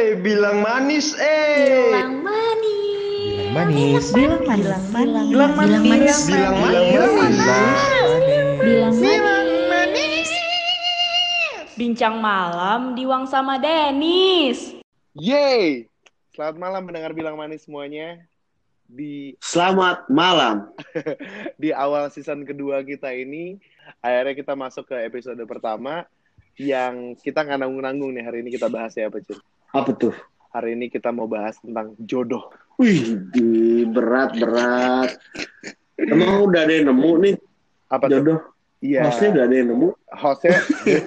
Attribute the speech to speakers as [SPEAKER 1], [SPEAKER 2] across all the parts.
[SPEAKER 1] Bilang manis,
[SPEAKER 2] Bilang manis.
[SPEAKER 3] Bilang manis.
[SPEAKER 2] Bilang manis.
[SPEAKER 1] bilang
[SPEAKER 2] Bilang
[SPEAKER 1] manis,
[SPEAKER 2] manis.
[SPEAKER 3] Bilang
[SPEAKER 1] bilang
[SPEAKER 3] manis.
[SPEAKER 1] manis.
[SPEAKER 2] Bincang malam diwang sama Denis.
[SPEAKER 4] Yeay! Selamat malam mendengar Bilang Manis semuanya.
[SPEAKER 5] Selamat malam.
[SPEAKER 4] Di awal season kedua kita ini, akhirnya kita masuk ke episode pertama yang kita nggak nanggung-nanggung nih. Hari ini kita bahas ya apa, Cun?
[SPEAKER 5] Apa tuh?
[SPEAKER 4] Hari ini kita mau bahas tentang jodoh.
[SPEAKER 5] Wih, berat. Emang udah ada yang nemu nih
[SPEAKER 4] Apa tuh?
[SPEAKER 5] jodoh?
[SPEAKER 4] Iya.
[SPEAKER 5] Hostnya udah ada yang nemu.
[SPEAKER 4] Hostnya,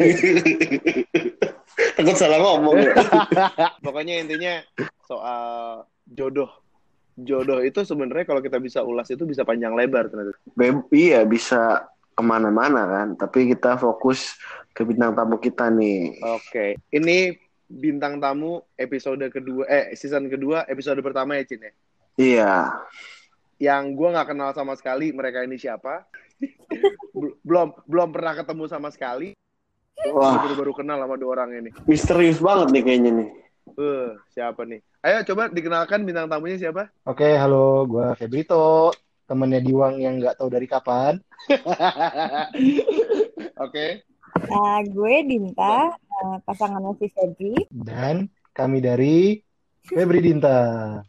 [SPEAKER 5] Takut salah ngomong.
[SPEAKER 4] pokoknya intinya soal jodoh. Jodoh itu sebenarnya kalau kita bisa ulas itu bisa panjang lebar ternyata.
[SPEAKER 5] Iya, bisa kemana-mana kan. Tapi kita fokus ke bintang tamu kita nih.
[SPEAKER 4] Oke, ini bintang tamu episode kedua, season kedua episode pertama ya, Cin ya?
[SPEAKER 5] Iya.
[SPEAKER 4] Yang gue nggak kenal sama sekali mereka ini siapa. belum pernah ketemu sama sekali.
[SPEAKER 5] Wah,
[SPEAKER 4] Baru kenal sama dua orang ini.
[SPEAKER 5] misterius banget nih kayaknya nih.
[SPEAKER 4] Siapa nih? Ayo coba dikenalkan bintang tamunya siapa?
[SPEAKER 6] Oke, halo, gue Febrito, temennya Diwang yang nggak tahu dari kapan.
[SPEAKER 4] Oke.
[SPEAKER 3] Gue Dinta, pasangannya si Febri.
[SPEAKER 6] Dan kami dari Febri Dinta.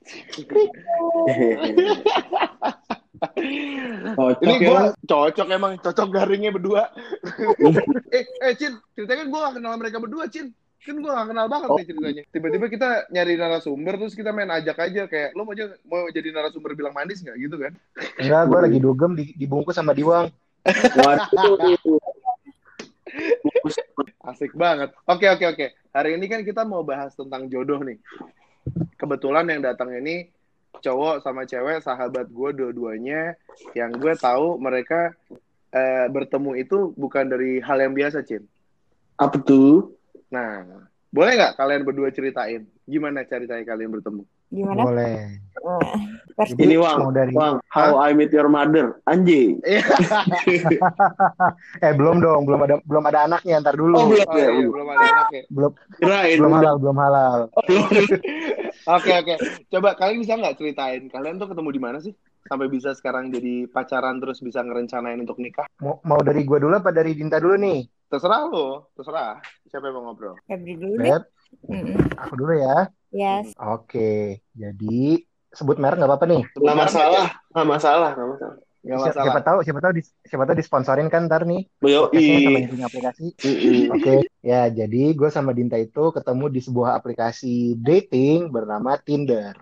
[SPEAKER 4] Ini
[SPEAKER 5] Cocok
[SPEAKER 4] gue
[SPEAKER 5] ya.
[SPEAKER 4] cocok emang, cocok garingnya berdua. Cin, ceritanya kan gue gak kenal mereka berdua, Cin. Kan gue gak kenal banget nih ceritanya. Tiba-tiba kita nyari narasumber, terus kita main ajak aja. Kayak, lo mau jadi narasumber Bilang Manis gak gitu kan?
[SPEAKER 6] Enggak, gue lagi dugem dibungkus sama Diwang.
[SPEAKER 5] Waduh.
[SPEAKER 4] Asik banget. Oke. Hari ini kan kita mau bahas tentang jodoh nih. Kebetulan yang datang ini cowok sama cewek, sahabat gue dua-duanya. Yang gue tahu mereka bertemu itu bukan dari hal yang biasa, Cin.
[SPEAKER 5] Apa tuh?
[SPEAKER 4] Nah, boleh nggak kalian berdua ceritain gimana ceritanya kalian bertemu?
[SPEAKER 3] Gimana?
[SPEAKER 6] Boleh.
[SPEAKER 3] Versi
[SPEAKER 5] Ini
[SPEAKER 6] mau dari-
[SPEAKER 5] Wang, How I Met Your Mother. Anjing.
[SPEAKER 6] Belum dong, belum ada anaknya, ntar dulu.
[SPEAKER 5] Oh, belum.
[SPEAKER 4] Oh iya, belum ada anaknya.
[SPEAKER 5] Kirain.
[SPEAKER 6] Belum halal.
[SPEAKER 4] Oke. Coba kalian bisa nggak ceritain kalian tuh ketemu di mana sih sampai bisa sekarang jadi pacaran terus bisa ngerencanain untuk nikah?
[SPEAKER 6] Mau dari gue dulu apa dari Dinta dulu nih?
[SPEAKER 4] Terserah lo, terserah. Siapa yang mau ngobrol?
[SPEAKER 3] Febri dulu deh.
[SPEAKER 6] Beb, aku dulu ya.
[SPEAKER 3] Yes.
[SPEAKER 6] Oke, jadi sebut merek nggak apa-apa nih.
[SPEAKER 5] Nggak masalah.
[SPEAKER 4] Nggak masalah.
[SPEAKER 6] Siapa tahu disponsorin kan ntar nih.
[SPEAKER 5] Yo,
[SPEAKER 6] Podcastnya sama yang punya aplikasi.
[SPEAKER 5] Mm-mm.
[SPEAKER 6] Oke, ya jadi gue sama Dinta itu ketemu di sebuah aplikasi dating bernama Tinder.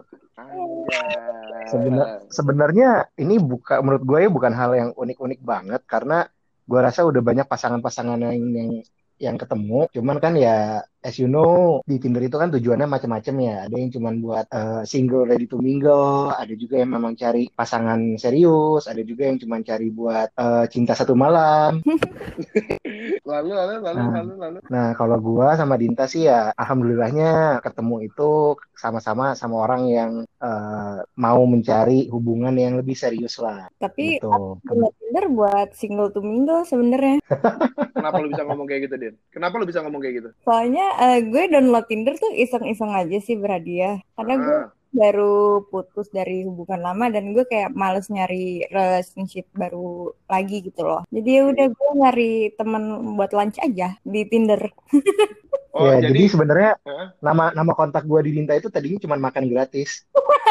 [SPEAKER 6] Sebenarnya ini menurut gue ya bukan hal yang unik-unik banget karena gue rasa udah banyak pasangan-pasangan yang ketemu. Cuman kan ya as you know di Tinder itu kan tujuannya macam-macam ya. Ada yang cuman buat single ready to mingle, ada juga yang memang cari pasangan serius, ada juga yang cuman cari buat cinta satu malam.
[SPEAKER 4] Lalu.
[SPEAKER 6] Nah, kalau gua sama Dinta sih ya alhamdulillahnya ketemu itu sama-sama sama orang yang mau mencari hubungan yang lebih serius lah.
[SPEAKER 3] Tapi
[SPEAKER 6] Gitu.
[SPEAKER 3] Tinder buat single to mingle sebenarnya.
[SPEAKER 4] Kenapa lu bisa ngomong kayak gitu, Din? Kenapa lu bisa ngomong kayak gitu?
[SPEAKER 3] Soalnya gue download Tinder tuh iseng-iseng aja sih berhadiah. Karena gue baru putus dari hubungan lama dan gue kayak males nyari relationship baru lagi gitu loh. Jadi ya udah gue nyari temen buat lunch aja di Tinder.
[SPEAKER 4] Oh,
[SPEAKER 6] Ya, jadi sebenarnya
[SPEAKER 4] Hah?
[SPEAKER 6] nama kontak gua di Dinta itu tadinya cuma makan gratis.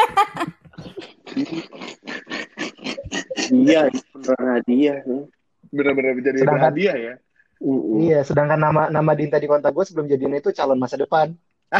[SPEAKER 5] Iya, beneran hadiah nih.
[SPEAKER 4] Benar-benar jadi
[SPEAKER 6] Sedangkan-
[SPEAKER 4] hadiah ya.
[SPEAKER 6] Iya, sedangkan nama Dinta di kontak gua sebelum jadian itu calon masa depan.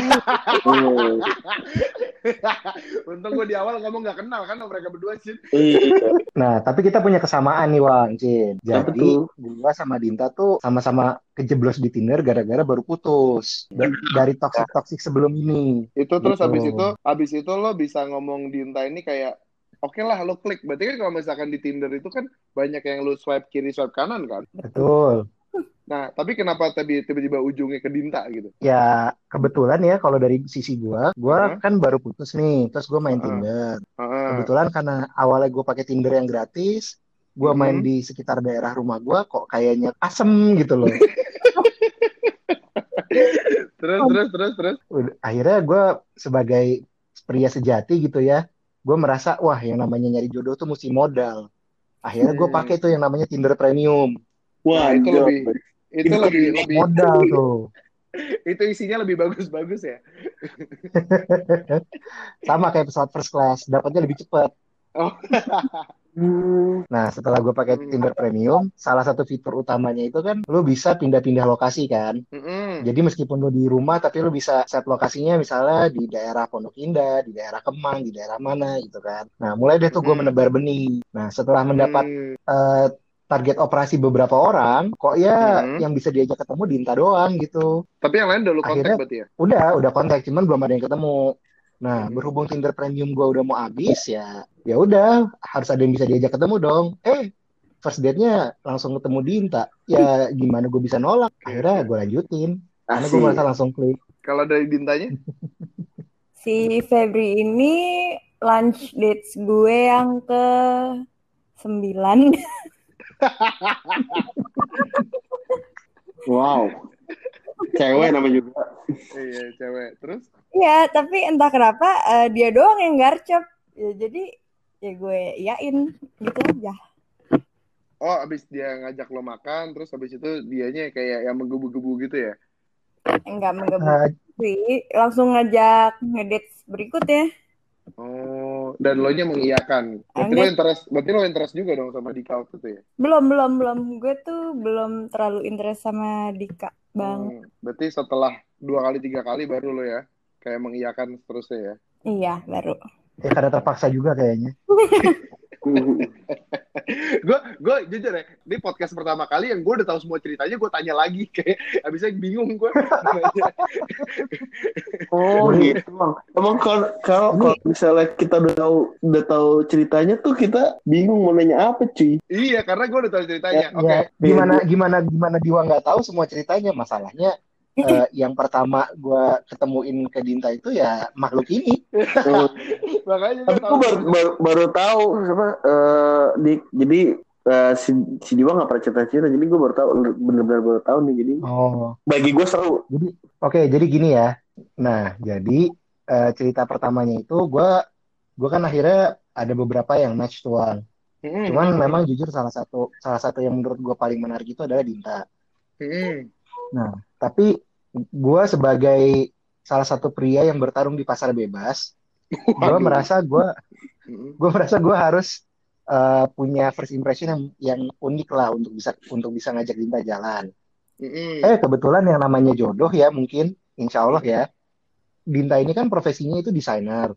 [SPEAKER 4] Untung gue di awal ngomong gak kenal kan sama mereka berdua, Cin.
[SPEAKER 5] Iya.
[SPEAKER 6] Nah, tapi kita punya kesamaan nih, Wang, Cin.
[SPEAKER 5] Apa
[SPEAKER 6] Jadi,
[SPEAKER 5] tuh?
[SPEAKER 6] gua sama Dinta tuh sama-sama kejeblos di Tinder gara-gara baru putus. Dari toxic sebelum ini.
[SPEAKER 4] Itu terus
[SPEAKER 6] Gitu.
[SPEAKER 4] habis itu lo bisa ngomong Dinta ini kayak oke lah lo klik. Berarti kan kalau misalkan di Tinder itu kan banyak yang lo swipe kiri swipe kanan kan.
[SPEAKER 6] Betul.
[SPEAKER 4] Nah, tapi kenapa tiba-tiba ujungnya ke Dinta gitu?
[SPEAKER 6] Ya, kebetulan ya kalau dari sisi gua kan baru putus nih, terus gua main
[SPEAKER 4] Heeh.
[SPEAKER 6] Tinder.
[SPEAKER 4] Heeh.
[SPEAKER 6] Kebetulan karena awalnya gua pakai Tinder yang gratis, gua main di sekitar daerah rumah gua kok kayaknya asem gitu loh.
[SPEAKER 4] Terus.
[SPEAKER 6] Akhirnya gue sebagai pria sejati gitu ya, gue merasa wah yang namanya nyari jodoh tuh mesti modal. Akhirnya gue pakai tuh yang namanya Tinder Premium.
[SPEAKER 4] Nah,
[SPEAKER 5] Wah,
[SPEAKER 4] itu
[SPEAKER 5] anjir.
[SPEAKER 4] lebih
[SPEAKER 6] Modal tuh.
[SPEAKER 4] itu isinya lebih bagus-bagus ya.
[SPEAKER 6] Sama kayak pesawat first class, dapatnya lebih cepat.
[SPEAKER 4] Oh.
[SPEAKER 6] Nah, setelah gue pakai Tinder Premium, salah satu fitur utamanya itu kan lu bisa pindah-pindah lokasi kan.
[SPEAKER 4] Mm-mm.
[SPEAKER 6] Jadi meskipun lu di rumah, tapi lu bisa set lokasinya misalnya di daerah Pondok Indah, di daerah Kemang, di daerah mana gitu kan. Nah, mulai deh tuh gue
[SPEAKER 4] Mm-mm.
[SPEAKER 6] menebar benih. Nah, setelah mendapat
[SPEAKER 4] Mm.
[SPEAKER 6] eh, target operasi beberapa orang, kok ya
[SPEAKER 4] Mm-mm.
[SPEAKER 6] yang bisa diajak ketemu Dinta doang gitu.
[SPEAKER 4] Tapi yang lain udah lu kontak
[SPEAKER 6] Akhirnya
[SPEAKER 4] berarti ya?
[SPEAKER 6] udah kontak, cuman belum ada yang ketemu. Nah,
[SPEAKER 4] Mm-mm.
[SPEAKER 6] berhubung Tinder Premium gue udah mau habis ya udah harus ada yang bisa diajak ketemu dong. First date-nya langsung ketemu Dinta. Ya gimana gue bisa nolak? Akhirnya gue lanjutin. Karena gue merasa
[SPEAKER 5] Asik.
[SPEAKER 6] langsung klik.
[SPEAKER 4] Kalau dari Dintanya?
[SPEAKER 3] Si Febri ini lunch dates gue yang ke 9.
[SPEAKER 5] Wow. Cewek namanya juga.
[SPEAKER 4] Iya, cewek. Terus?
[SPEAKER 3] Iya, tapi entah kenapa dia doang yang garcep. Ya, jadi ya gue iyain gitu aja.
[SPEAKER 4] Oh, abis dia ngajak lo makan, terus abis itu dianya kayak yang menggebu-gebu gitu ya?
[SPEAKER 3] Enggak menggebu sih, langsung ngajak ngedate berikut ya.
[SPEAKER 4] Oh, dan lo nya mengiyakan. Berarti lo interest juga dong sama Dika waktu itu ya?
[SPEAKER 3] Belum. Gue tuh belum terlalu interest sama Dika bang.
[SPEAKER 4] Berarti setelah 2 kali 3 kali baru lo ya kayak mengiyakan seterusnya ya?
[SPEAKER 3] Iya, baru.
[SPEAKER 6] Ya karena terpaksa juga kayaknya.
[SPEAKER 4] Gue jujur ya, ini podcast pertama kali yang gue udah tahu semua ceritanya, gue tanya lagi kayak abisnya bingung gue.
[SPEAKER 5] Oh gitu bang. Emang kalau misalnya kita udah tahu ceritanya tuh kita bingung mau nanya apa cuy.
[SPEAKER 4] Iya, karena gue udah tahu ceritanya. Oke.
[SPEAKER 6] Gimana Diwa nggak tahu semua ceritanya? Masalahnya yang pertama gue ketemuin ke Dinta itu ya makhluk ini.
[SPEAKER 4] Makanya
[SPEAKER 5] Tapi gue baru tahu jadi si Diwa nggak pernah cerita-cerita, jadi gue baru tahu, benar-benar baru tahu nih, jadi bagi gue seru.
[SPEAKER 6] Jadi gini ya. Nah, jadi cerita pertamanya itu gue kan akhirnya ada beberapa yang match tuang. Cuman memang jujur salah satu yang menurut gue paling menarik itu adalah Dinta. Nah, tapi gue sebagai salah satu pria yang bertarung di pasar bebas, gue merasa gue harus punya first impression yang unik lah untuk bisa ngajak Dinta jalan. Kebetulan yang namanya jodoh ya, mungkin insya Allah ya, Dinta ini kan profesinya itu desainer.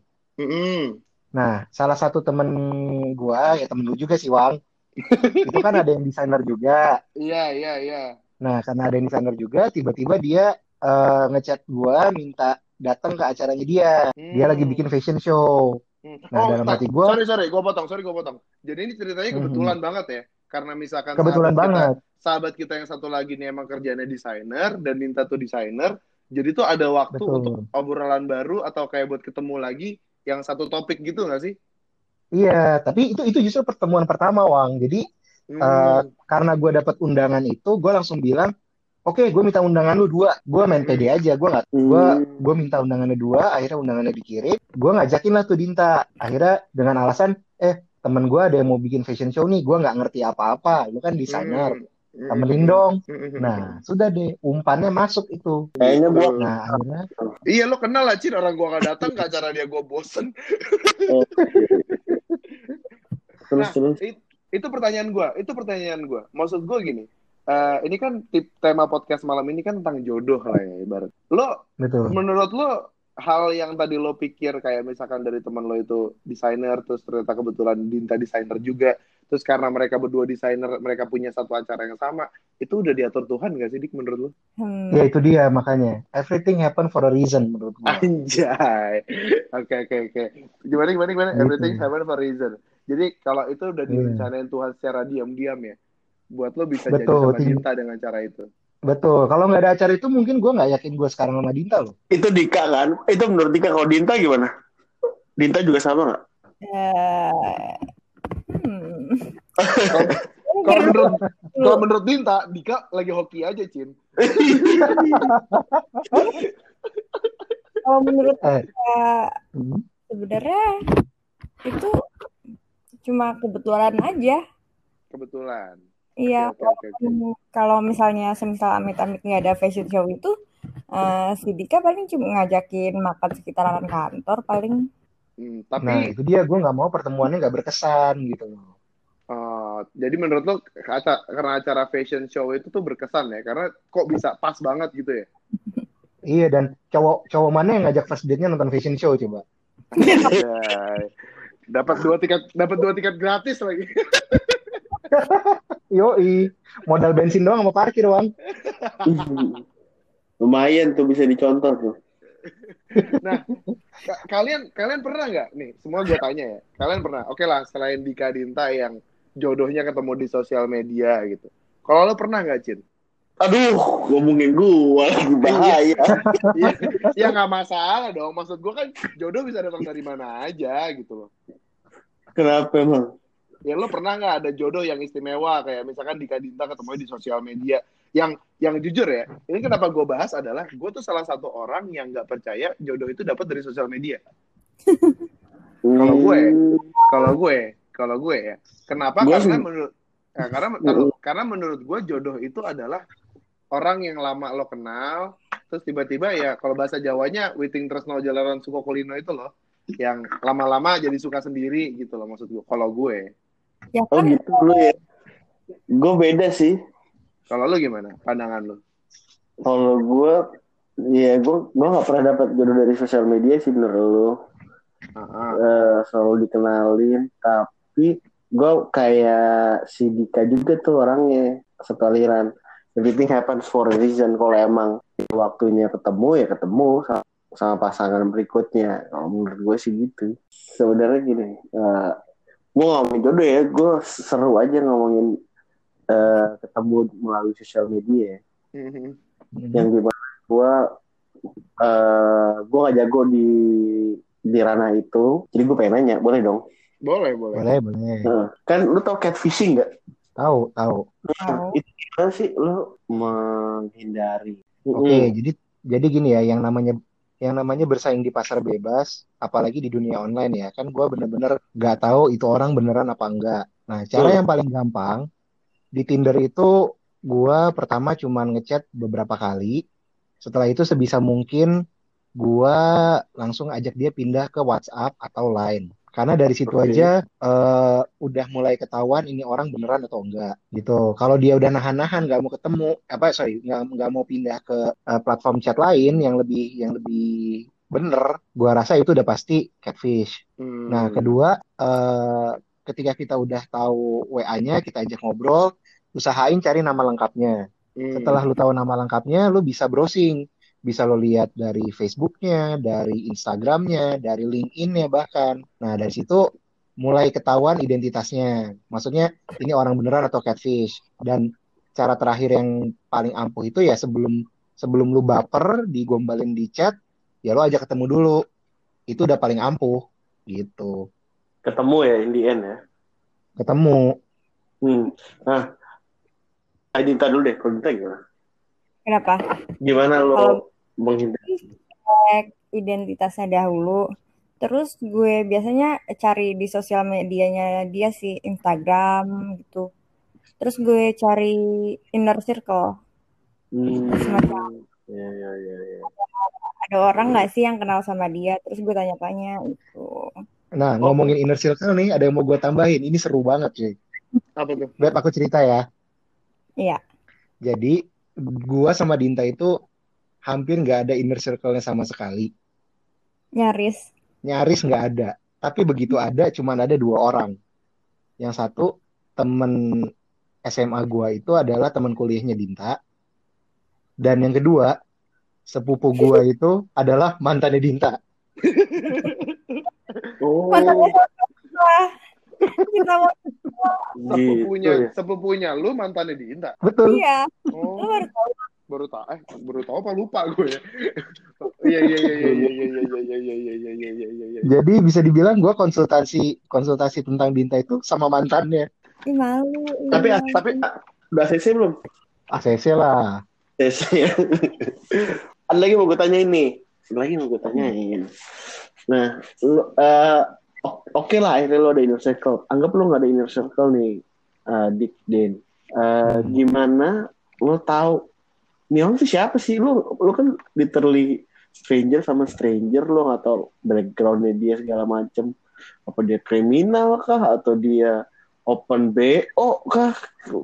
[SPEAKER 6] Nah, salah satu temen gue, ya temen lu juga sih Wang, itu kan ada yang desainer juga.
[SPEAKER 4] Iya.
[SPEAKER 6] Nah, karena ada yang desainer juga, tiba-tiba dia ngechat gue minta datang ke acaranya dia. Dia lagi bikin fashion show. Nah, dalam hati gue...
[SPEAKER 4] Sorry, gue potong. Jadi ini ceritanya kebetulan banget ya. Karena misalkan sahabat kita yang satu lagi nih emang kerjanya desainer, dan Dinta tuh desainer, jadi tuh ada waktu untuk obrolan baru atau kayak buat ketemu lagi yang satu topik gitu nggak sih?
[SPEAKER 6] Iya, tapi itu justru pertemuan pertama, Wang. Jadi karena gue dapat undangan itu, gue langsung bilang, oke, gue minta undangan lu 2. Gue main pede aja, gue minta undangannya 2. Akhirnya undangannya dikirim, gue ngajakin lah tuh Dinta. Akhirnya dengan alasan, temen gue ada yang mau bikin fashion show nih, gue nggak ngerti apa-apa, lu kan desainer, temenin dong. Nah, sudah deh, umpannya masuk itu.
[SPEAKER 5] Kayaknya gue.
[SPEAKER 6] Nah, akhirnya.
[SPEAKER 4] Iya, lo kenal lah Cin, orang gue nggak datang, ke acara dia gue bosen. Terus. Itu pertanyaan gue. Maksud gue gini, ini kan tema podcast malam ini kan tentang jodoh lah ya ibarat. Menurut lo hal yang tadi lo pikir kayak misalkan dari teman lo itu desainer, terus ternyata kebetulan Dinta desainer juga, terus karena mereka berdua desainer, mereka punya satu acara yang sama, itu udah diatur Tuhan gak sih Dik menurut lo?
[SPEAKER 6] Ya itu dia makanya everything happen for a reason menurut gue.
[SPEAKER 4] Anjay. Oke. Gimana? Everything happen for a reason. Jadi kalau itu udah direncanain Tuhan secara diam-diam ya, buat lo bisa jadi sama Dinta dengan cara itu.
[SPEAKER 6] Betul. Kalau nggak ada acara itu mungkin gue nggak yakin gue sekarang sama Dinta loh.
[SPEAKER 5] Itu Dika kan? Itu menurut Dika. Kalau Dinta gimana? Dinta juga sama nggak?
[SPEAKER 4] Kalau menurut Dinta, Dika lagi hoki aja, Cin.
[SPEAKER 3] Kalau menurut
[SPEAKER 6] Eh,
[SPEAKER 3] saya
[SPEAKER 6] hmm,
[SPEAKER 3] sebenarnya itu cuma kebetulan aja.
[SPEAKER 4] Kebetulan.
[SPEAKER 3] Iya,
[SPEAKER 4] Oke.
[SPEAKER 3] kalau misalnya semisal amit-amit nggak ada fashion show itu, si Dika paling cuma ngajakin makan sekitaran kantor paling.
[SPEAKER 6] nah
[SPEAKER 4] Tapi
[SPEAKER 6] itu dia, gue nggak mau pertemuannya nggak berkesan gitu loh.
[SPEAKER 4] jadi menurut lo karena acara fashion show itu tuh berkesan ya? Karena kok bisa pas banget gitu ya?
[SPEAKER 6] Iya, dan cowok mana yang ngajak first date-nya nonton fashion show coba?
[SPEAKER 4] Anjay. Dapat dua tiket gratis lagi.
[SPEAKER 6] Yoi, modal bensin doang sama parkir, Bang.
[SPEAKER 5] Lumayan tuh bisa dicontoh tuh.
[SPEAKER 4] Nah, kalian pernah nggak nih? Semua gue tanya ya. Kalian pernah? Oke lah, selain Dika Dinta yang jodohnya ketemu di sosial media gitu. Kalau lo pernah nggak, Cin?
[SPEAKER 5] Aduh, ngomongin gua lagi bahaya.
[SPEAKER 4] Ya nggak masalah dong. Maksud gue kan jodoh bisa datang dari mana aja gitu loh.
[SPEAKER 5] Kenapa emang?
[SPEAKER 4] Ya lo pernah nggak ada jodoh yang istimewa kayak misalkan Dika Dinta ketemu di sosial media? Yang jujur ya, ini kenapa gue bahas adalah gue tuh salah satu orang yang nggak percaya jodoh itu dapat dari sosial media. Kalau gue ya, kenapa?
[SPEAKER 5] Gua
[SPEAKER 4] Karena menurut gue jodoh itu adalah orang yang lama lo kenal, terus tiba-tiba ya kalau bahasa Jawanya witing tresno jalaran suko kulino itu loh, yang lama-lama jadi suka sendiri gitu loh maksud gue. Kalau gue,
[SPEAKER 3] Ya
[SPEAKER 5] Oh
[SPEAKER 3] kan,
[SPEAKER 5] gitu lu ya. Gue beda sih.
[SPEAKER 4] kalau lo gimana pandangan lo?
[SPEAKER 5] Kalau gue, ya gue nggak pernah dapat jodoh dari sosial media sih bener lu. Selalu dikenalin, tapi gue kayak si Dika juga tuh orangnya sepaliran. Everything happens for a reason. Kalau emang waktunya ketemu ya ketemu sama pasangan berikutnya. Kalau menurut gue sih gitu. Sebenarnya gini, gue ngomongin jodoh ya, gue seru aja ngomongin ketemu melalui sosial media ya. Yang dimana gue gak jago di ranah itu, jadi gue pengen nanya, boleh dong?
[SPEAKER 4] Boleh.
[SPEAKER 5] Kan lu tau catfishing gak?
[SPEAKER 6] Tahu.
[SPEAKER 5] Itu gimana sih lu menghindari?
[SPEAKER 6] Oke, jadi gini ya, yang namanya bersaing di pasar bebas, apalagi di dunia online ya, kan gue bener-bener nggak tahu itu orang beneran apa enggak. Nah, cara yang paling gampang di Tinder itu gue pertama cuman ngechat beberapa kali, setelah itu sebisa mungkin gue langsung ajak dia pindah ke WhatsApp atau Line. Karena dari situ aja udah mulai ketahuan ini orang beneran atau enggak gitu. Kalau dia udah nahan-nahan nggak mau ketemu, nggak mau pindah ke platform chat lain yang lebih bener, gua rasa itu udah pasti catfish. Nah, kedua, ketika kita udah tahu WA-nya, kita ajak ngobrol, usahain cari nama lengkapnya. Setelah lu tahu nama lengkapnya, lu bisa browsing. Bisa lo lihat dari Facebooknya, dari Instagramnya, dari LinkedIn-nya bahkan. Nah, dari situ mulai ketahuan identitasnya. Maksudnya ini orang beneran atau catfish. Dan cara terakhir yang paling ampuh itu ya sebelum lu baper, digombalin di chat, ya lo ajak ketemu dulu. Itu udah paling ampuh gitu.
[SPEAKER 5] Ketemu ya in the end ya.
[SPEAKER 6] Ketemu.
[SPEAKER 5] Nah, Dinta dulu deh. Kalau Dinta gimana?
[SPEAKER 3] kenapa?
[SPEAKER 5] Gimana lo
[SPEAKER 3] Kalau
[SPEAKER 5] menghindari?
[SPEAKER 3] cek identitasnya dahulu, terus gue biasanya cari di sosial medianya dia sih, Instagram gitu. Terus gue cari inner circle. Semacam
[SPEAKER 5] Ya.
[SPEAKER 3] ada orang nggak sih yang kenal sama dia, terus gue tanya-tanya gitu.
[SPEAKER 6] Nah, ngomongin inner circle nih, ada yang mau gue tambahin. Ini seru banget cuy.
[SPEAKER 4] Apa tuh?
[SPEAKER 6] Beb, aku cerita ya.
[SPEAKER 3] Iya.
[SPEAKER 6] Jadi, gua sama Dinta itu hampir nggak ada inner circle-nya sama sekali.
[SPEAKER 3] Nyaris
[SPEAKER 6] Nggak ada. Tapi begitu ada, cuman ada 2 orang. Yang satu, temen SMA gua itu adalah temen kuliahnya Dinta. Dan yang kedua, sepupu gua itu adalah mantannya Dinta.
[SPEAKER 3] mantannya siapa? Kita mau
[SPEAKER 4] Sepupunya lu mantannya Dinta.
[SPEAKER 6] Betul.
[SPEAKER 3] iya.
[SPEAKER 4] Oh,
[SPEAKER 3] Lu baru tahu.
[SPEAKER 4] baru tahu apa lupa gue ya. Iya.
[SPEAKER 6] Jadi bisa dibilang gua konsultasi tentang Dinta itu sama mantannya.
[SPEAKER 3] Ih, malu.
[SPEAKER 5] Tapi
[SPEAKER 3] Iya.
[SPEAKER 5] udah ACC belum?
[SPEAKER 6] ACC lah.
[SPEAKER 5] ACC ya. Ada lagi mau gue tanyain nih. Ada lagi mau gue tanyain. Nah, oke lah akhirnya lo ada inner circle. Anggap lo nggak ada inner circle nih, Dik Den. Gimana lo tahu nih orang tuh siapa sih? Lo kan literally stranger sama stranger, lo nggak tahu backgroundnya dia segala macem. Apa dia kriminal kah atau dia open BO kah?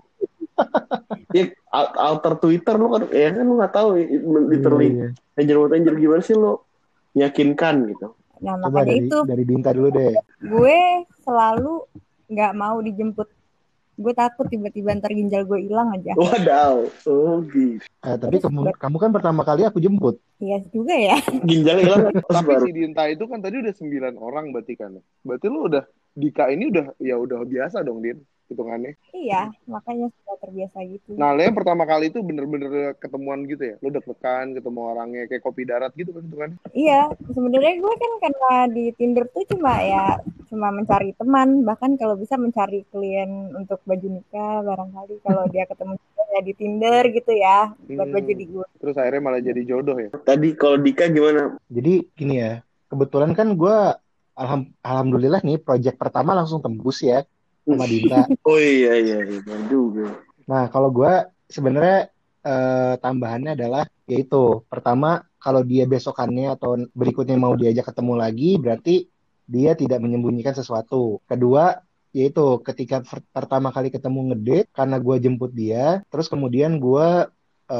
[SPEAKER 5] Ya, alter Twitter lo kan, ya kan lo nggak tahu literally
[SPEAKER 6] Iya.
[SPEAKER 5] stranger gimana sih lo meyakinkan gitu.
[SPEAKER 3] Nah,
[SPEAKER 6] Coba
[SPEAKER 3] makanya itu
[SPEAKER 6] dari Dinta dulu deh.
[SPEAKER 3] gue selalu nggak mau dijemput. Gue takut tiba-tiba ntar ginjal gue hilang aja.
[SPEAKER 5] Wadaw, oh gitu.
[SPEAKER 6] Tapi kamu kan pertama kali aku jemput.
[SPEAKER 3] Iya juga ya.
[SPEAKER 5] Ginjalnya hilang pas
[SPEAKER 4] Tapi
[SPEAKER 5] baru.
[SPEAKER 4] si Dinta itu kan tadi udah 9 orang berarti kan. Berarti lu udah Dika ini udah biasa dong, Din, hitungannya.
[SPEAKER 3] Iya, makanya sudah terbiasa gitu.
[SPEAKER 4] Nah, lo yang pertama kali itu bener-bener ketemuan gitu ya? Lo deg-degan ketemu orangnya kayak kopi darat gitu kan hitungannya?
[SPEAKER 3] Iya, sebenarnya gue kan karena di Tinder tuh cuma mencari teman, bahkan kalau bisa mencari klien untuk baju nikah barangkali kalau dia ketemu juga ya di Tinder gitu ya, buat baju di gue.
[SPEAKER 4] Terus akhirnya malah jadi jodoh ya?
[SPEAKER 5] Tadi kalau Dika gimana?
[SPEAKER 6] Jadi gini ya, kebetulan kan gue alhamdulillah nih project pertama langsung tembus ya sama Dinta.
[SPEAKER 5] Oh iya benar juga.
[SPEAKER 6] Nah, kalau gue sebenarnya tambahannya adalah yaitu pertama kalau dia besokannya atau berikutnya mau diajak ketemu lagi berarti dia tidak menyembunyikan sesuatu. Kedua yaitu ketika pertama kali ketemu ngedate karena gue jemput dia, terus kemudian gue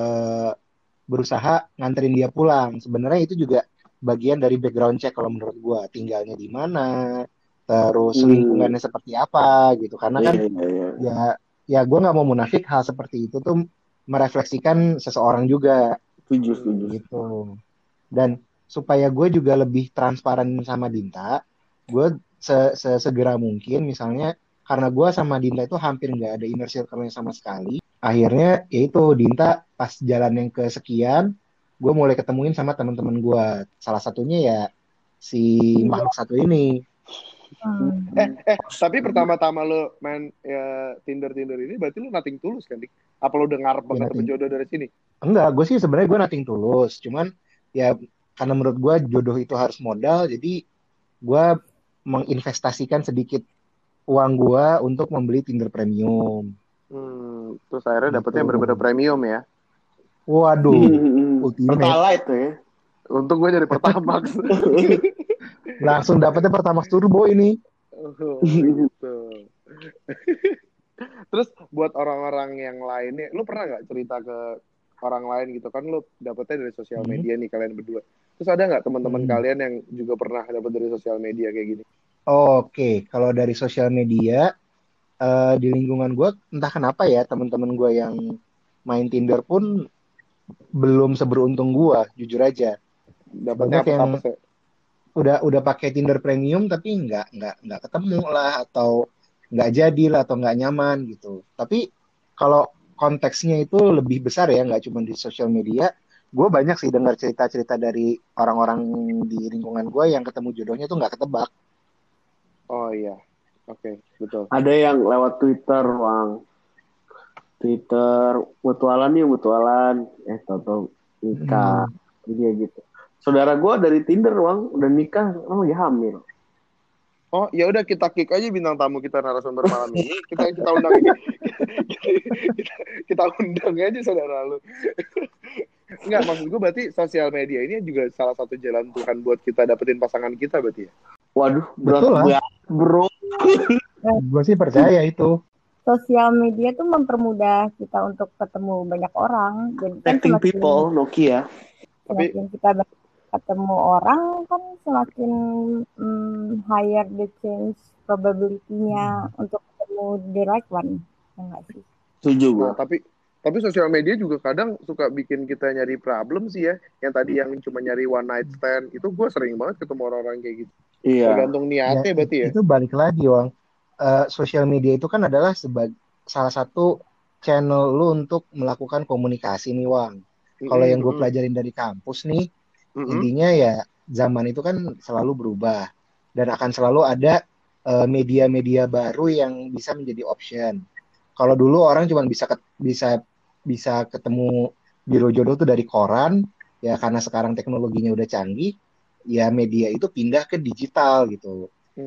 [SPEAKER 6] berusaha nganterin dia pulang. Sebenarnya itu juga bagian dari background check kalau menurut gue, tinggalnya di mana, terus lingkungannya seperti apa gitu. Karena kan ya gue nggak mau munafik, hal seperti itu tuh merefleksikan seseorang juga.
[SPEAKER 5] Setuju.
[SPEAKER 6] Gitu. Dan supaya gue juga lebih transparan sama Dinta, gue segera mungkin misalnya karena gue sama Dinta itu hampir nggak ada inner circle-nya sama sekali. Akhirnya yaitu Dinta pas jalan yang kesekian, gue mulai ketemuin sama teman-teman gue. Salah satunya ya si makhluk satu ini.
[SPEAKER 4] Tapi pertama-tama lo main ya, Tinder ini berarti lo nothing tulus kan, Dik? Apa lo udah ngarep banget berjodoh dari sini?
[SPEAKER 6] Enggak, gue sih sebenarnya gue nothing tulus. Cuman ya karena menurut gue jodoh itu harus modal, jadi gue menginvestasikan sedikit uang gue untuk membeli Tinder Premium.
[SPEAKER 4] Terus akhirnya dapetnya bener-bener premium ya?
[SPEAKER 6] Waduh, ultimate.
[SPEAKER 5] Pertalite ya.
[SPEAKER 4] Untung gue jadi Pertamax.
[SPEAKER 6] Langsung dapetnya Pertamax Turbo ini.
[SPEAKER 4] Gitu. Terus buat orang-orang yang lainnya, lu pernah nggak cerita ke orang lain gitu kan? Lu dapetnya dari sosial media nih kalian berdua. Terus ada nggak teman-teman kalian yang juga pernah dapet dari sosial media kayak gini?
[SPEAKER 6] Oke, kalau dari sosial media di lingkungan gue entah kenapa ya teman-teman gue yang main Tinder pun belum seberuntung gue, jujur aja.
[SPEAKER 4] Dapatnya apa sih?
[SPEAKER 6] Udah pakai Tinder Premium tapi nggak ketemu lah atau nggak jadi lah atau nggak nyaman gitu. Tapi kalau konteksnya itu lebih besar ya, nggak cuma di sosial media. Gue banyak sih dengar cerita-cerita dari orang-orang di lingkungan gue yang ketemu jodohnya tuh nggak ketebak.
[SPEAKER 4] Oh iya, oke, betul.
[SPEAKER 5] Ada yang lewat Twitter, Bang. Twitter, mutualan, tahu nikah, dia gitu. Saudara gue dari Tinder, Bang, udah nikah, lagi hamil.
[SPEAKER 4] Oh, ya udah kita kick aja bintang tamu kita narasumber malam ini. Kita undang kita undang aja saudara lu. Enggak, maksud gue berarti sosial media ini juga salah satu jalan Tuhan buat kita dapetin pasangan kita berarti ya?
[SPEAKER 5] Waduh,
[SPEAKER 6] betul lah,
[SPEAKER 5] bro.
[SPEAKER 6] Gue sih percaya itu.
[SPEAKER 3] Sosial media tuh mempermudah kita untuk ketemu banyak orang. Jadi
[SPEAKER 5] Acting people, Nokia.
[SPEAKER 3] Semakin kita ketemu orang kan semakin higher the chance probability-nya untuk ketemu the right one. Ya nggak sih?
[SPEAKER 5] Setuju gue.
[SPEAKER 4] Nah, tapi sosial media juga kadang suka bikin kita nyari problem sih ya. Yang tadi yang cuma nyari one night stand, itu gue sering banget ketemu orang-orang kayak gitu.
[SPEAKER 5] Iya.
[SPEAKER 4] Tergantung niatnya berarti ya.
[SPEAKER 6] Itu balik lagi, Wang. Sosial media itu kan adalah salah satu channel lu untuk melakukan komunikasi nih, Wang. Kalau yang gue pelajarin dari kampus nih, intinya ya zaman itu kan selalu berubah dan akan selalu ada media-media baru yang bisa menjadi option. Kalau dulu orang cuma bisa ketemu biro jodoh tuh dari koran, ya karena sekarang teknologinya udah canggih, ya media itu pindah ke digital gitu.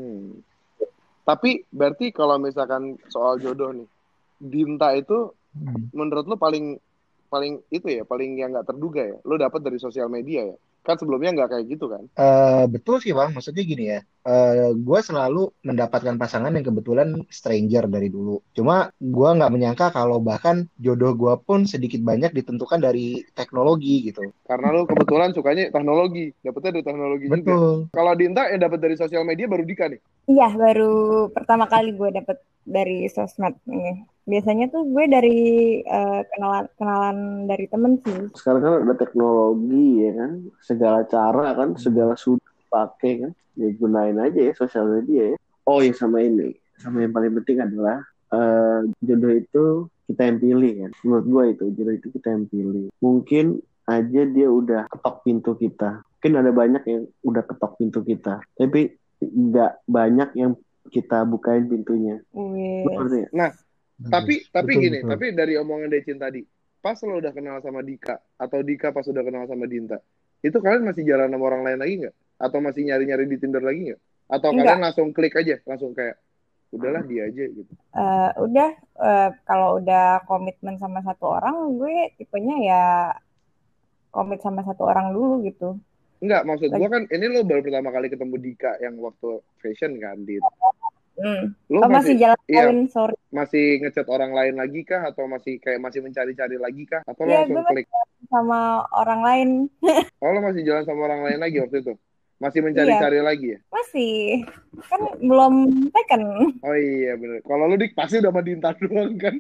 [SPEAKER 4] Tapi berarti kalau misalkan soal jodoh nih, Dinta itu menurut lo paling itu ya, paling yang nggak terduga ya, lo dapet dari sosial media ya, kan sebelumnya nggak kayak gitu kan?
[SPEAKER 6] Betul sih Bang, maksudnya gini ya, gue selalu mendapatkan pasangan yang kebetulan stranger dari dulu. Cuma gue nggak menyangka kalau bahkan jodoh gue pun sedikit banyak ditentukan dari teknologi gitu.
[SPEAKER 4] Karena lo kebetulan sukanya teknologi, dapetnya dari teknologi juga.
[SPEAKER 6] Betul.
[SPEAKER 4] Kalau Dinta yang dapat dari sosial media baru Dika nih.
[SPEAKER 3] Iya, baru pertama kali gue dapet dari sosmed ini. Biasanya tuh gue dari kenalan dari temen sih.
[SPEAKER 5] Sekarang kan ada teknologi ya kan, segala cara kan, segala sudut pakai kan, ya gunain aja ya sosial media ya. Oh ya sama ini, sama yang paling penting adalah jodoh itu kita yang pilih kan. Menurut gue itu jodoh itu kita yang pilih. Mungkin aja dia udah ketok pintu kita. Mungkin ada banyak yang udah ketok pintu kita, tapi nggak banyak yang kita bukain pintunya.
[SPEAKER 3] Wih.
[SPEAKER 4] Nah, tapi
[SPEAKER 6] Betul,
[SPEAKER 4] gini,
[SPEAKER 6] betul.
[SPEAKER 4] tapi dari omongan Decin tadi, pas lo udah kenal sama Dika, atau Dika pas udah kenal sama Dinta, itu kalian masih jalan sama orang lain lagi nggak? Atau masih nyari-nyari di Tinder lagi nggak? Atau
[SPEAKER 3] Enggak.
[SPEAKER 4] kalian langsung klik aja, langsung kayak, udahlah dia aja gitu?
[SPEAKER 3] Kalau udah komitmen sama satu orang, gue tipenya ya komit sama satu orang dulu gitu.
[SPEAKER 4] Enggak, maksud gue kan, ini lo baru pertama kali ketemu Dika yang waktu fashion kan, Dit? Lo
[SPEAKER 3] masih jalan
[SPEAKER 4] iya,
[SPEAKER 3] lain, sorry.
[SPEAKER 4] masih ngechat orang lain lagi kah? Atau masih mencari-cari lagi kah? Atau lo
[SPEAKER 3] Iya,
[SPEAKER 4] langsung
[SPEAKER 3] gue masih
[SPEAKER 4] klik?
[SPEAKER 3] jalan sama orang lain.
[SPEAKER 4] Oh, lo masih jalan sama orang lain lagi waktu itu? Masih mencari-cari lagi ya?
[SPEAKER 3] Masih. Kan belum taken.
[SPEAKER 4] Oh iya bener. Kalau lu Dik pasti udah sama Dinta doang kan?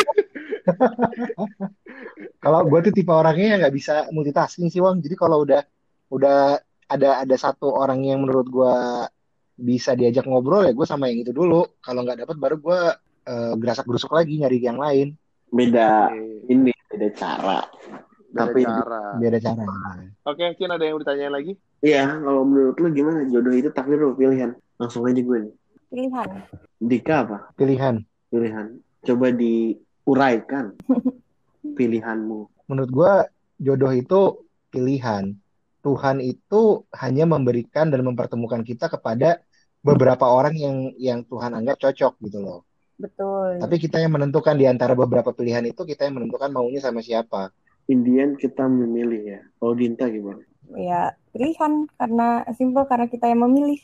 [SPEAKER 6] Kalau gue tuh tipe orangnya yang nggak bisa multitasking sih Bang. Jadi kalau udah ada satu orang yang menurut gue bisa diajak ngobrol ya gue sama yang itu dulu. Kalau nggak dapat baru gue gerasak gerusuk lagi nyari yang lain.
[SPEAKER 5] Beda ini, beda cara. Tapi
[SPEAKER 6] Beda cara.
[SPEAKER 4] Oke, Cin ada yang ditanyain lagi?
[SPEAKER 5] Iya, kalau menurut lu gimana? Jodoh itu takdir lu pilihan. Langsung aja gue nih.
[SPEAKER 3] Pilihan.
[SPEAKER 5] Dika apa?
[SPEAKER 6] Pilihan.
[SPEAKER 5] Coba diuraikan pilihanmu.
[SPEAKER 6] Menurut gue jodoh itu pilihan. Tuhan itu hanya memberikan dan mempertemukan kita kepada beberapa orang yang Tuhan anggap cocok gitu loh.
[SPEAKER 3] Betul.
[SPEAKER 6] Tapi kita yang menentukan di antara beberapa pilihan itu, kita yang menentukan maunya sama siapa.
[SPEAKER 5] Indian kita memilih ya. Kalau Dinta gimana?
[SPEAKER 3] Ya pilihan, karena simpel, karena kita yang memilih.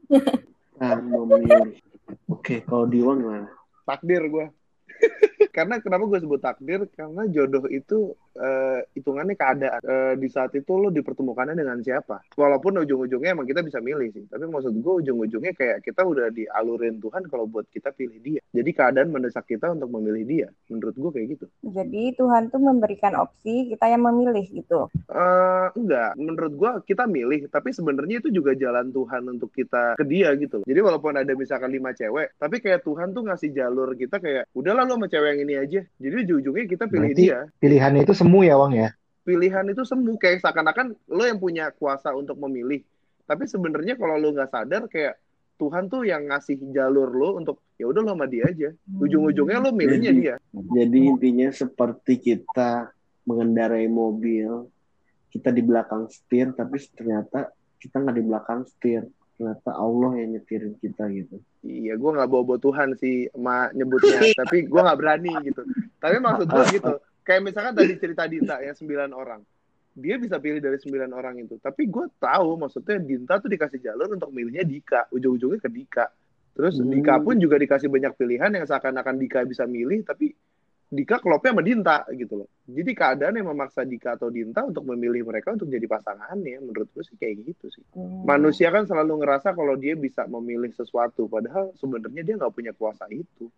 [SPEAKER 5] Memilih. Oke, kalau Diwan gimana?
[SPEAKER 4] Takdir gue. Karena kenapa gue sebut takdir? Karena jodoh itu hitungannya keadaan. Di saat itu lo dipertemukannya dengan siapa. Walaupun ujung-ujungnya emang kita bisa milih sih. Tapi maksud gue ujung-ujungnya kayak kita udah dialurin Tuhan kalau buat kita pilih dia. Jadi keadaan mendesak kita untuk memilih dia. Menurut gue kayak gitu.
[SPEAKER 3] Jadi Tuhan tuh memberikan opsi, kita yang memilih gitu.
[SPEAKER 4] Enggak. Menurut gue kita milih. Tapi sebenarnya itu juga jalan Tuhan untuk kita ke dia gitu. Jadi walaupun ada misalkan 5 cewek. Tapi kayak Tuhan tuh ngasih jalur kita kayak, udahlah lo sama cewek yang ini aja. Jadi ujung-ujungnya kita pilih
[SPEAKER 6] Berarti
[SPEAKER 4] dia.
[SPEAKER 6] Pilihannya itu semu ya Wang ya?
[SPEAKER 4] Pilihan itu semu, kayak seakan-akan lo yang punya kuasa untuk memilih. Tapi sebenarnya kalau lo nggak sadar kayak Tuhan tuh yang ngasih jalur lo untuk ya udah lo sama dia aja. Ujung-ujungnya lo milihnya dia.
[SPEAKER 5] Jadi intinya seperti kita mengendarai mobil, kita di belakang setir, tapi ternyata kita nggak di belakang setir. Ternyata Allah yang nyetirin kita gitu.
[SPEAKER 4] Iya, gue nggak bawa Tuhan sih nyebutnya, tapi gue nggak berani gitu. Tapi maksud gue gitu, kayak misalkan tadi cerita Dinta yang 9 orang, dia bisa pilih dari 9 orang itu. Tapi gue tahu maksudnya Dinta tuh dikasih jalur untuk milihnya Dika, ujung-ujungnya ke Dika. Terus Dika pun juga dikasih banyak pilihan yang seakan-akan Dika bisa milih, tapi Dika klopnya sama Dinta gitu loh. Jadi keadaan yang memaksa Dika atau Dinta untuk memilih mereka untuk jadi pasangannya. Menurut gue sih kayak gitu sih. Manusia kan selalu ngerasa kalau dia bisa memilih sesuatu. Padahal sebenarnya dia nggak punya kuasa itu.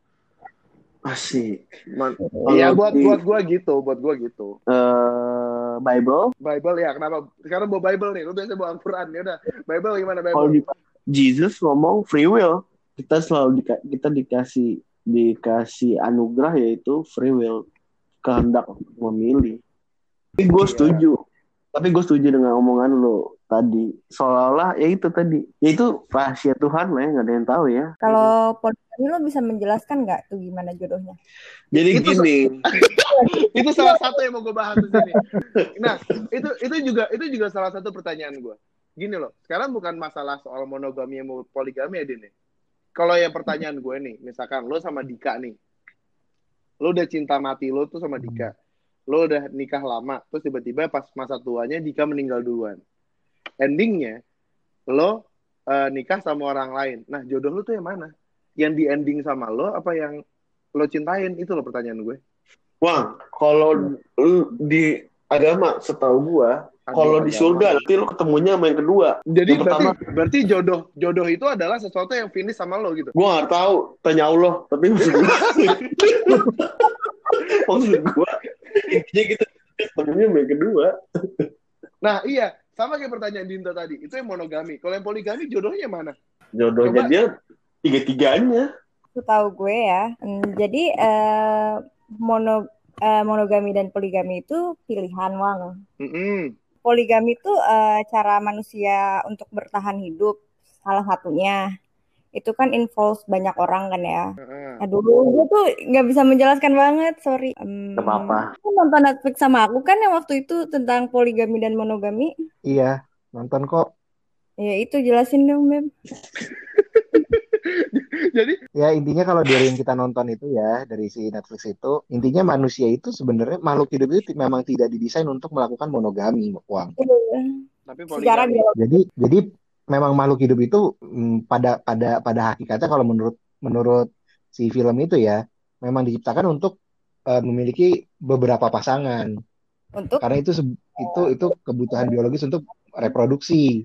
[SPEAKER 5] Asik.
[SPEAKER 4] Iya buat gue gitu.
[SPEAKER 5] Bible
[SPEAKER 4] ya, kenapa? Sekarang bawa Bible nih. Lu biasa bawa Al-Quran. Ya udah. Bible gimana Bible?
[SPEAKER 5] Kalau Jesus ngomong free will. Kita selalu dikasih anugerah yaitu free will, kehendak memilih. Tapi gue setuju dengan omongan lo. tadi seolah-olah ya itu tadi ya itu rahasia Tuhan lah ya nggak ada yang tahu ya.
[SPEAKER 3] Kalau poligami lo bisa menjelaskan nggak tuh gimana jodohnya?
[SPEAKER 5] Jadi
[SPEAKER 4] Itu
[SPEAKER 5] gini,
[SPEAKER 4] itu salah satu yang mau gue bahas di sini. Nah, itu juga salah satu pertanyaan gue. Gini loh, sekarang bukan masalah soal monogami mau poligami ya, Din. Kalau yang pertanyaan gue nih, misalkan lo sama Dika nih, lo udah cinta mati lo tuh sama Dika, lo udah nikah lama, terus tiba-tiba pas masa tuanya Dika meninggal duluan. Endingnya, lo nikah sama orang lain. Nah, jodoh lo tuh yang mana? Yang di ending sama lo, apa yang lo cintain? Itu lo pertanyaan gue.
[SPEAKER 5] Wah, kalau di agama setahu gua, kalau di surga nanti lu ketemunya sama yang kedua.
[SPEAKER 4] Jadi
[SPEAKER 5] Yang pertama,
[SPEAKER 4] berarti jodoh itu adalah sesuatu yang finish sama lo gitu.
[SPEAKER 5] gua nggak tahu, tanya Allah. Tapi maksud gua intinya gitu, ketemunya sama yang kedua.
[SPEAKER 4] Nah, iya, sama kayak pertanyaan Dinta tadi. Itu yang monogami. Kalau yang poligami jodohnya mana?
[SPEAKER 5] Jodohnya
[SPEAKER 4] Coba.
[SPEAKER 5] dia tiga-tiganya.
[SPEAKER 3] Setahu gue ya. Jadi monogami dan poligami itu pilihan, Wang.
[SPEAKER 4] Mm-mm.
[SPEAKER 3] Poligami itu cara manusia untuk bertahan hidup, salah satunya. Itu kan involves banyak orang kan ya. Aduh, gue tuh nggak bisa menjelaskan banget, sorry.
[SPEAKER 5] Gak apa-apa.
[SPEAKER 3] Lu nonton Netflix sama aku kan yang waktu itu tentang poligami dan monogami.
[SPEAKER 6] Iya, nonton kok.
[SPEAKER 3] Ya itu jelasin dong, Beb.
[SPEAKER 4] Jadi
[SPEAKER 6] Ya intinya kalau dari yang kita nonton itu ya, dari si Netflix itu, intinya manusia itu sebenarnya makhluk hidup itu memang tidak didesain untuk melakukan monogami, Wang.
[SPEAKER 4] tapi
[SPEAKER 3] Secara
[SPEAKER 4] poligami.
[SPEAKER 3] biologis.
[SPEAKER 6] Jadi memang makhluk hidup itu pada hakikatnya kalau menurut si film itu ya, memang diciptakan untuk memiliki beberapa pasangan.
[SPEAKER 3] Untuk
[SPEAKER 6] Karena itu kebutuhan biologis untuk reproduksi.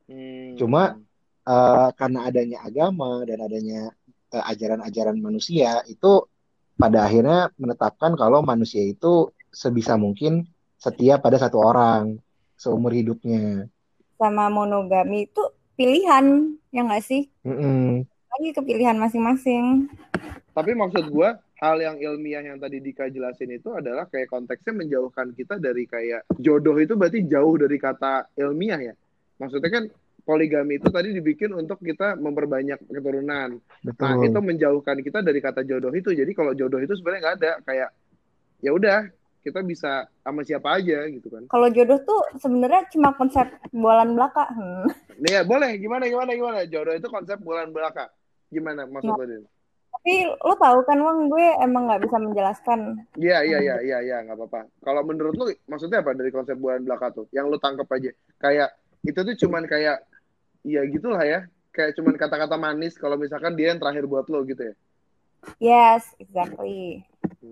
[SPEAKER 6] Cuma karena adanya agama dan adanya ajaran-ajaran manusia itu pada akhirnya menetapkan kalau manusia itu sebisa mungkin setia pada satu orang seumur hidupnya.
[SPEAKER 3] sama monogami itu pilihan, ya nggak sih?
[SPEAKER 6] Mm-mm.
[SPEAKER 3] Lagi ke pilihan masing-masing.
[SPEAKER 4] Tapi maksud gue, hal yang ilmiah yang tadi Dika jelasin itu adalah kayak konteksnya menjauhkan kita dari kayak jodoh itu berarti jauh dari kata ilmiah ya. Maksudnya kan poligami itu tadi dibikin untuk kita memperbanyak keturunan.
[SPEAKER 6] Betul.
[SPEAKER 4] Nah, itu menjauhkan kita dari kata jodoh itu. Jadi kalau jodoh itu sebenarnya nggak ada. Kayak ya udah, kita bisa sama siapa aja gitu kan.
[SPEAKER 3] Kalau jodoh tuh sebenarnya cuma konsep bulan belaka.
[SPEAKER 4] Nih ya, boleh. Gimana? Jodoh itu konsep bulan belaka. Gimana maksud lo, Din?
[SPEAKER 3] Tapi lo tahu kan, Wang, gue emang nggak bisa menjelaskan.
[SPEAKER 4] Iya, nggak apa-apa. Kalau menurut lu, maksudnya apa dari konsep bulan belaka tuh? Yang lu tangkep aja. Kayak, itu tuh cuman kayak, ya gitulah ya. Kayak cuman kata-kata manis kalau misalkan dia yang terakhir buat lo gitu ya.
[SPEAKER 3] Yes, exactly.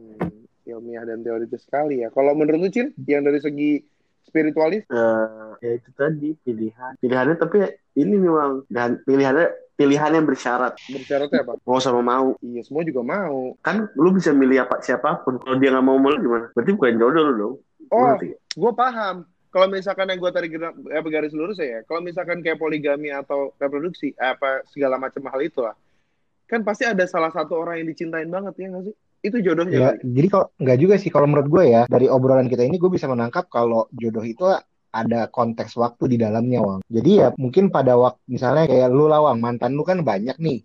[SPEAKER 4] Ilmiah dan teoritis sekali ya. Kalau menurut lu, Cin, yang dari segi spiritualis?
[SPEAKER 5] Ya itu tadi pilihannya tapi ini nih Bang, dan pilihannya bersyarat.
[SPEAKER 4] Bersyaratnya apa?
[SPEAKER 5] Mau sama mau.
[SPEAKER 4] Iya, semua juga mau.
[SPEAKER 5] Kan lu bisa milih siapapun. Kalau dia nggak mau gimana? Berarti bukan jodoh lu dong.
[SPEAKER 4] Oh, gue paham. Kalau misalkan yang gue tarik garis lurus ya, kalau misalkan kayak poligami atau reproduksi, apa segala macam hal itu lah, kan pasti ada salah satu orang yang dicintain banget ya nggak sih? Itu jodohnya
[SPEAKER 6] Ya,
[SPEAKER 4] kali.
[SPEAKER 6] jadi kalau nggak juga sih kalau menurut gue ya dari obrolan kita ini gue bisa menangkap kalau jodoh itu ada konteks waktu di dalamnya, Wang. Jadi ya mungkin pada waktu misalnya kayak lu lah, Wang, mantan lu kan banyak nih.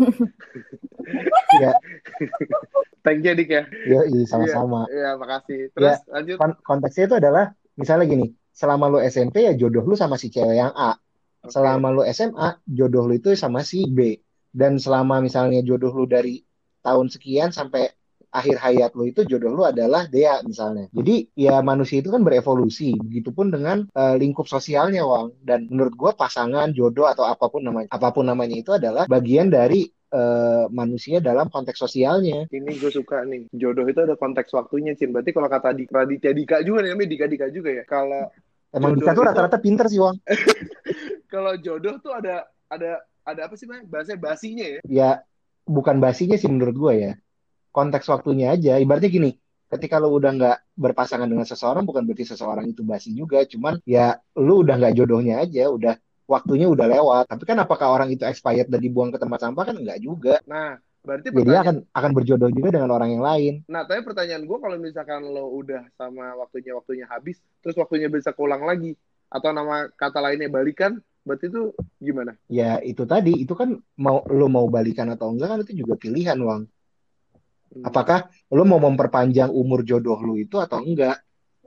[SPEAKER 6] Ya,
[SPEAKER 4] Thank you, Dik ya.
[SPEAKER 6] iya sama-sama.
[SPEAKER 4] Iya, makasih. Terus lanjut.
[SPEAKER 6] Konteksnya itu adalah misalnya gini, selama lu SMP ya jodoh lu sama si cewek yang A. Selama lu SMA jodoh lu itu sama si B. Dan selama misalnya jodoh lu dari tahun sekian sampai akhir hayat lu itu jodoh lu adalah Dea misalnya. Jadi ya manusia itu kan berevolusi. Begitupun dengan lingkup sosialnya, Wang. Dan menurut gua pasangan, jodoh atau apapun namanya itu adalah bagian dari manusia dalam konteks sosialnya.
[SPEAKER 4] Ini gue suka nih. Jodoh itu ada konteks waktunya, Cin. Berarti kalau kata Raditya Dika juga nih, namanya Dika juga ya. Kalau
[SPEAKER 6] emang Dika tuh rata-rata pinter sih, Wang.
[SPEAKER 4] Kalau jodoh tuh ada apa sih, Bang? Bahasa basinya ya?
[SPEAKER 6] Ya bukan basinya sih menurut gua ya. Konteks waktunya aja. Ibaratnya gini, ketika lu udah nggak berpasangan dengan seseorang, bukan berarti seseorang itu basi juga. Cuman ya lu udah nggak jodohnya aja, udah waktunya udah lewat. Tapi kan apakah orang itu expired dan dibuang ke tempat sampah kan nggak juga.
[SPEAKER 4] Nah, berarti
[SPEAKER 6] jadi dia akan berjodoh juga dengan orang yang lain.
[SPEAKER 4] Nah, tapi pertanyaan gue kalau misalkan lo udah sama waktunya habis, terus waktunya bisa keulang lagi, Atau nama kata lainnya balikan, berarti itu gimana?
[SPEAKER 6] Ya itu tadi, itu kan lo mau balikan atau enggak kan itu juga pilihan, Wang. Apakah lo mau memperpanjang umur jodoh lo itu atau enggak?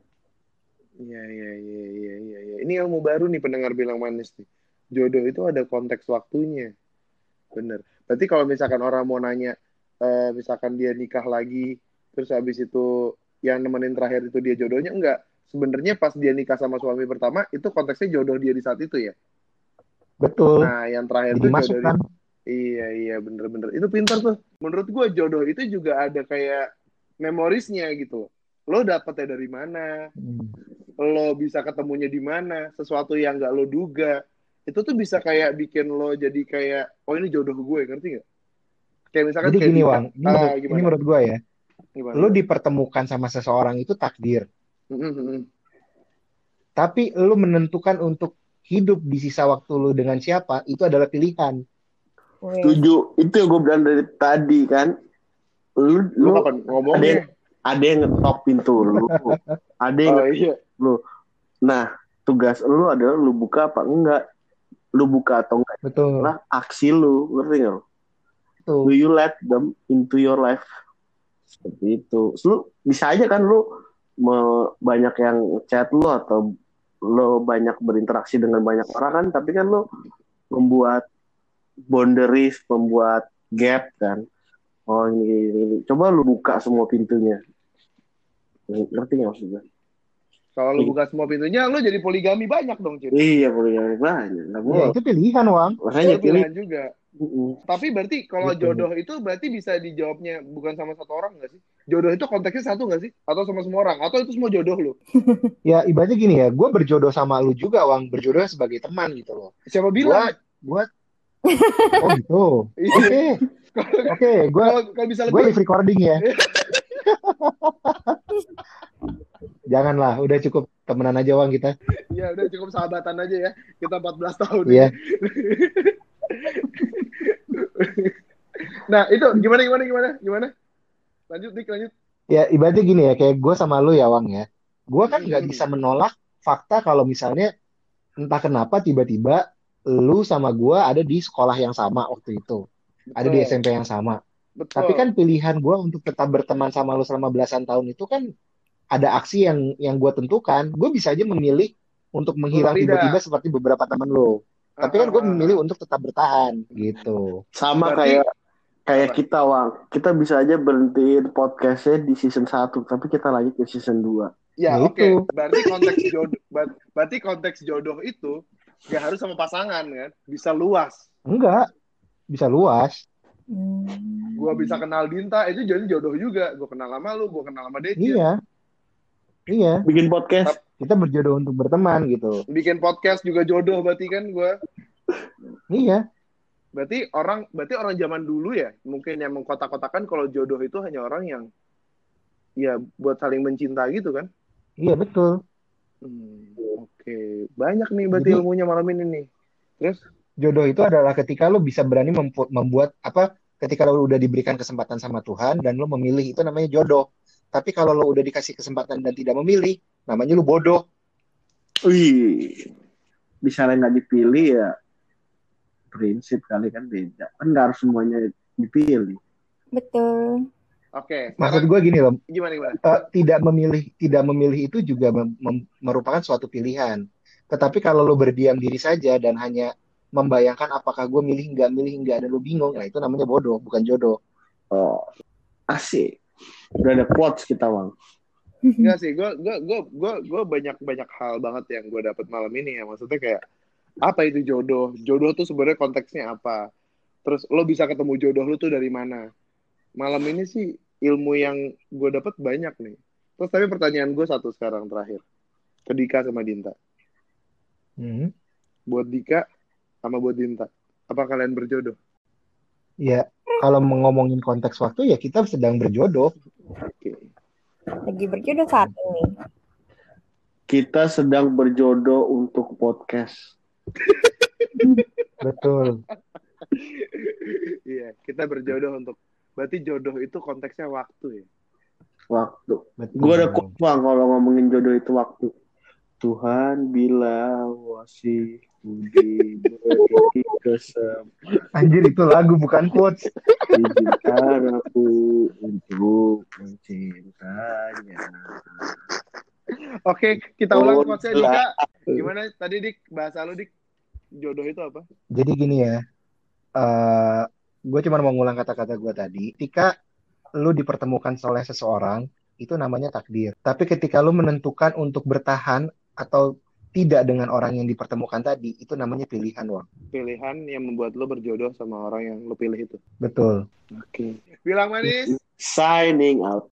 [SPEAKER 4] Iya, iya, iya, iya, iya, iya. Ini ilmu baru nih pendengar bilang manis nih. Jodoh itu ada konteks waktunya. Bener. Berarti kalau misalkan orang mau nanya, misalkan dia nikah lagi, terus habis itu yang nemenin terakhir itu dia jodohnya, enggak. Sebenarnya pas dia nikah sama suami pertama, itu konteksnya jodoh dia di saat itu ya.
[SPEAKER 6] Betul.
[SPEAKER 4] Nah, yang terakhir
[SPEAKER 6] Jadi
[SPEAKER 4] tuh
[SPEAKER 6] masuk
[SPEAKER 4] jodoh dia.
[SPEAKER 6] kan?
[SPEAKER 4] Iya, iya, bener-bener. Itu pintar tuh. Menurut gue jodoh itu juga ada kayak memorisnya gitu. Lo dapetnya dari mana?
[SPEAKER 6] Hmm.
[SPEAKER 4] Lo bisa ketemunya di mana? Sesuatu yang nggak lo duga. Itu tuh bisa kayak bikin lo jadi kayak, oh ini jodoh gue, ngerti nggak? Kayak misalkan
[SPEAKER 6] Jadi
[SPEAKER 4] kayak
[SPEAKER 6] gini,
[SPEAKER 4] Dika.
[SPEAKER 6] Wang,
[SPEAKER 4] Ah,
[SPEAKER 6] ini
[SPEAKER 4] gimana?
[SPEAKER 6] menurut gue ya,
[SPEAKER 4] Gimana,
[SPEAKER 6] lo
[SPEAKER 4] gimana?
[SPEAKER 6] dipertemukan sama seseorang itu takdir,
[SPEAKER 4] Mm-mm.
[SPEAKER 6] tapi lo menentukan untuk hidup di sisa waktu lo dengan siapa, itu adalah pilihan.
[SPEAKER 3] Wih.
[SPEAKER 5] Setuju. Itu yang gue bilang dari tadi kan.
[SPEAKER 4] Lu
[SPEAKER 5] Lu
[SPEAKER 4] kapan ngomongnya?
[SPEAKER 5] ada yang ngetop pintu lu. Ada yang
[SPEAKER 4] Oh
[SPEAKER 5] ngetop
[SPEAKER 4] iya.
[SPEAKER 5] lu. Nah, tugas lu adalah lu buka apa enggak. Lu buka atau enggak
[SPEAKER 6] Betul,
[SPEAKER 5] lah aksi lu, ngerti nggak lu? Do
[SPEAKER 6] betul.
[SPEAKER 5] you let them into your life? Seperti itu. Terus lu bisa aja kan lu banyak yang chat lu atau lu banyak berinteraksi dengan banyak orang kan, tapi kan lu membuat boundaries, membuat gap kan. Oh ini. Coba lu buka semua pintunya. Ngerti nggak maksudnya?
[SPEAKER 4] Kalau lu buka semua pintunya, lu jadi poligami banyak dong, Cid.
[SPEAKER 5] Iya, boleh banyak. Nah,
[SPEAKER 6] Ya itu pilihan, Wang.
[SPEAKER 5] makanya
[SPEAKER 4] Itu pilihan juga.
[SPEAKER 5] Uh-uh.
[SPEAKER 4] Tapi berarti kalau
[SPEAKER 6] Gitu.
[SPEAKER 4] jodoh itu berarti bisa dijawabnya bukan sama satu orang nggak sih? Jodoh itu konteksnya satu nggak sih? Atau sama semua orang? Atau itu semua jodoh lu?
[SPEAKER 6] Ya ibaratnya gini ya, gue berjodoh sama lu juga, Wang. Berjodoh sebagai teman gitu loh.
[SPEAKER 4] Siapa bilang?
[SPEAKER 6] Gue, oh gitu.
[SPEAKER 4] Iya.
[SPEAKER 6] Oke,
[SPEAKER 4] Kalau bisa
[SPEAKER 6] gue
[SPEAKER 4] lebih.
[SPEAKER 6] live recording ya. Janganlah, udah cukup temenan aja, Wang, kita.
[SPEAKER 4] Ya udah cukup sahabatan aja ya. Kita 14 tahun
[SPEAKER 6] Iya.
[SPEAKER 4] ini. Nah, itu gimana? Lanjut, Dik, lanjut.
[SPEAKER 6] Ya ibaratnya gini ya, kayak gue sama lu ya, Wang ya. Gue kan nggak bisa menolak fakta kalau misalnya entah kenapa tiba-tiba lu sama gue ada di sekolah yang sama waktu itu. Ada di SMP yang sama.
[SPEAKER 4] Betul.
[SPEAKER 6] Tapi kan pilihan gue untuk tetap berteman sama lu selama belasan tahun itu kan ada aksi yang gue tentukan. Gue bisa aja memilih untuk menghilang
[SPEAKER 4] Untuk tidak.
[SPEAKER 6] tiba-tiba seperti beberapa teman lu. Tapi kan gue memilih untuk tetap bertahan gitu.
[SPEAKER 5] Sama
[SPEAKER 4] Berarti-
[SPEAKER 5] kayak kita, Wang. Kita bisa aja berhentiin podcastnya di season 1, tapi kita lanjut ke season 2.
[SPEAKER 4] Ya,
[SPEAKER 6] Ya
[SPEAKER 4] oke.
[SPEAKER 6] itu.
[SPEAKER 4] Berarti konteks jodoh itu nggak harus sama pasangan kan? Bisa luas.
[SPEAKER 6] Enggak, bisa luas.
[SPEAKER 4] Gua bisa kenal Dinta, itu jadi jodoh juga. Gua kenal sama lu, gua kenal sama Deci.
[SPEAKER 6] Iya.
[SPEAKER 5] Bikin podcast.
[SPEAKER 6] Kita berjodoh untuk berteman gitu.
[SPEAKER 4] Bikin podcast juga jodoh berarti kan gua.
[SPEAKER 6] Iya.
[SPEAKER 4] Berarti orang zaman dulu ya, mungkin yang mengkotak-kotakan kalau jodoh itu hanya orang yang ya buat saling mencinta gitu kan?
[SPEAKER 6] Iya betul.
[SPEAKER 4] Oke. Banyak nih berarti
[SPEAKER 6] Jadi-
[SPEAKER 4] ilmunya malam ini nih. Terus?
[SPEAKER 6] Jodoh itu adalah ketika lo bisa berani membuat apa? Ketika lo udah diberikan kesempatan sama Tuhan dan lo memilih, itu namanya jodoh. Tapi kalau lo udah dikasih kesempatan dan tidak memilih, namanya lo bodoh.
[SPEAKER 5] Wih. Misalnya nggak dipilih ya prinsip kali kan beda. Kan nggak harus semuanya dipilih.
[SPEAKER 3] Betul.
[SPEAKER 4] Oke.
[SPEAKER 6] Maksud gue gini loh,
[SPEAKER 4] Gimana?
[SPEAKER 6] tidak memilih itu juga merupakan suatu pilihan. Tetapi kalau lo berdiam diri saja dan hanya membayangkan apakah gue milih enggak dan lo bingung, nah itu namanya bodoh, bukan jodoh.
[SPEAKER 5] Oh, asik. Udah ada quotes kita, Wang.
[SPEAKER 4] Enggak sih, gue banyak hal banget yang gue dapat malam ini ya. Maksudnya kayak apa itu jodoh? Jodoh tuh sebenarnya konteksnya apa? Terus lo bisa ketemu jodoh lo tuh dari mana? Malam ini sih ilmu yang gue dapat banyak nih. Terus tapi pertanyaan gue satu sekarang terakhir ke Dika sama Dinta. Buat Dika sama buat Dinta, apa kalian berjodoh?
[SPEAKER 6] Ya, kalau ngomongin konteks waktu ya kita sedang berjodoh.
[SPEAKER 4] Oke.
[SPEAKER 3] Lagi berjodoh saat ini.
[SPEAKER 5] Kita sedang berjodoh untuk podcast.
[SPEAKER 6] Betul.
[SPEAKER 4] Iya, kita berjodoh untuk. Berarti jodoh itu konteksnya waktu ya.
[SPEAKER 5] Waktu.
[SPEAKER 6] Betul.
[SPEAKER 5] Gue ada quotes, Bang, kalau ngomongin jodoh itu waktu. Tuhan bilang masih diberi kesempatan,
[SPEAKER 6] Anjir itu lagu bukan quotes.
[SPEAKER 5] izinkan aku untuk mencintanya.
[SPEAKER 4] Oke, kita ulang quotes-nya
[SPEAKER 5] Gila.
[SPEAKER 4] Dika. Gimana tadi Dik? Bahasa lu Dik, jodoh itu apa?
[SPEAKER 6] Jadi gini ya, eh gue cuma mau ngulang kata-kata gue tadi. Ketika lu dipertemukan oleh seseorang, itu namanya takdir. Tapi ketika lu menentukan untuk bertahan atau tidak dengan orang yang dipertemukan tadi, itu namanya pilihan, Wang.
[SPEAKER 4] Pilihan yang membuat lu berjodoh sama orang yang lu pilih itu.
[SPEAKER 6] Betul.
[SPEAKER 5] Oke.
[SPEAKER 4] Bilang manis.
[SPEAKER 5] Signing out.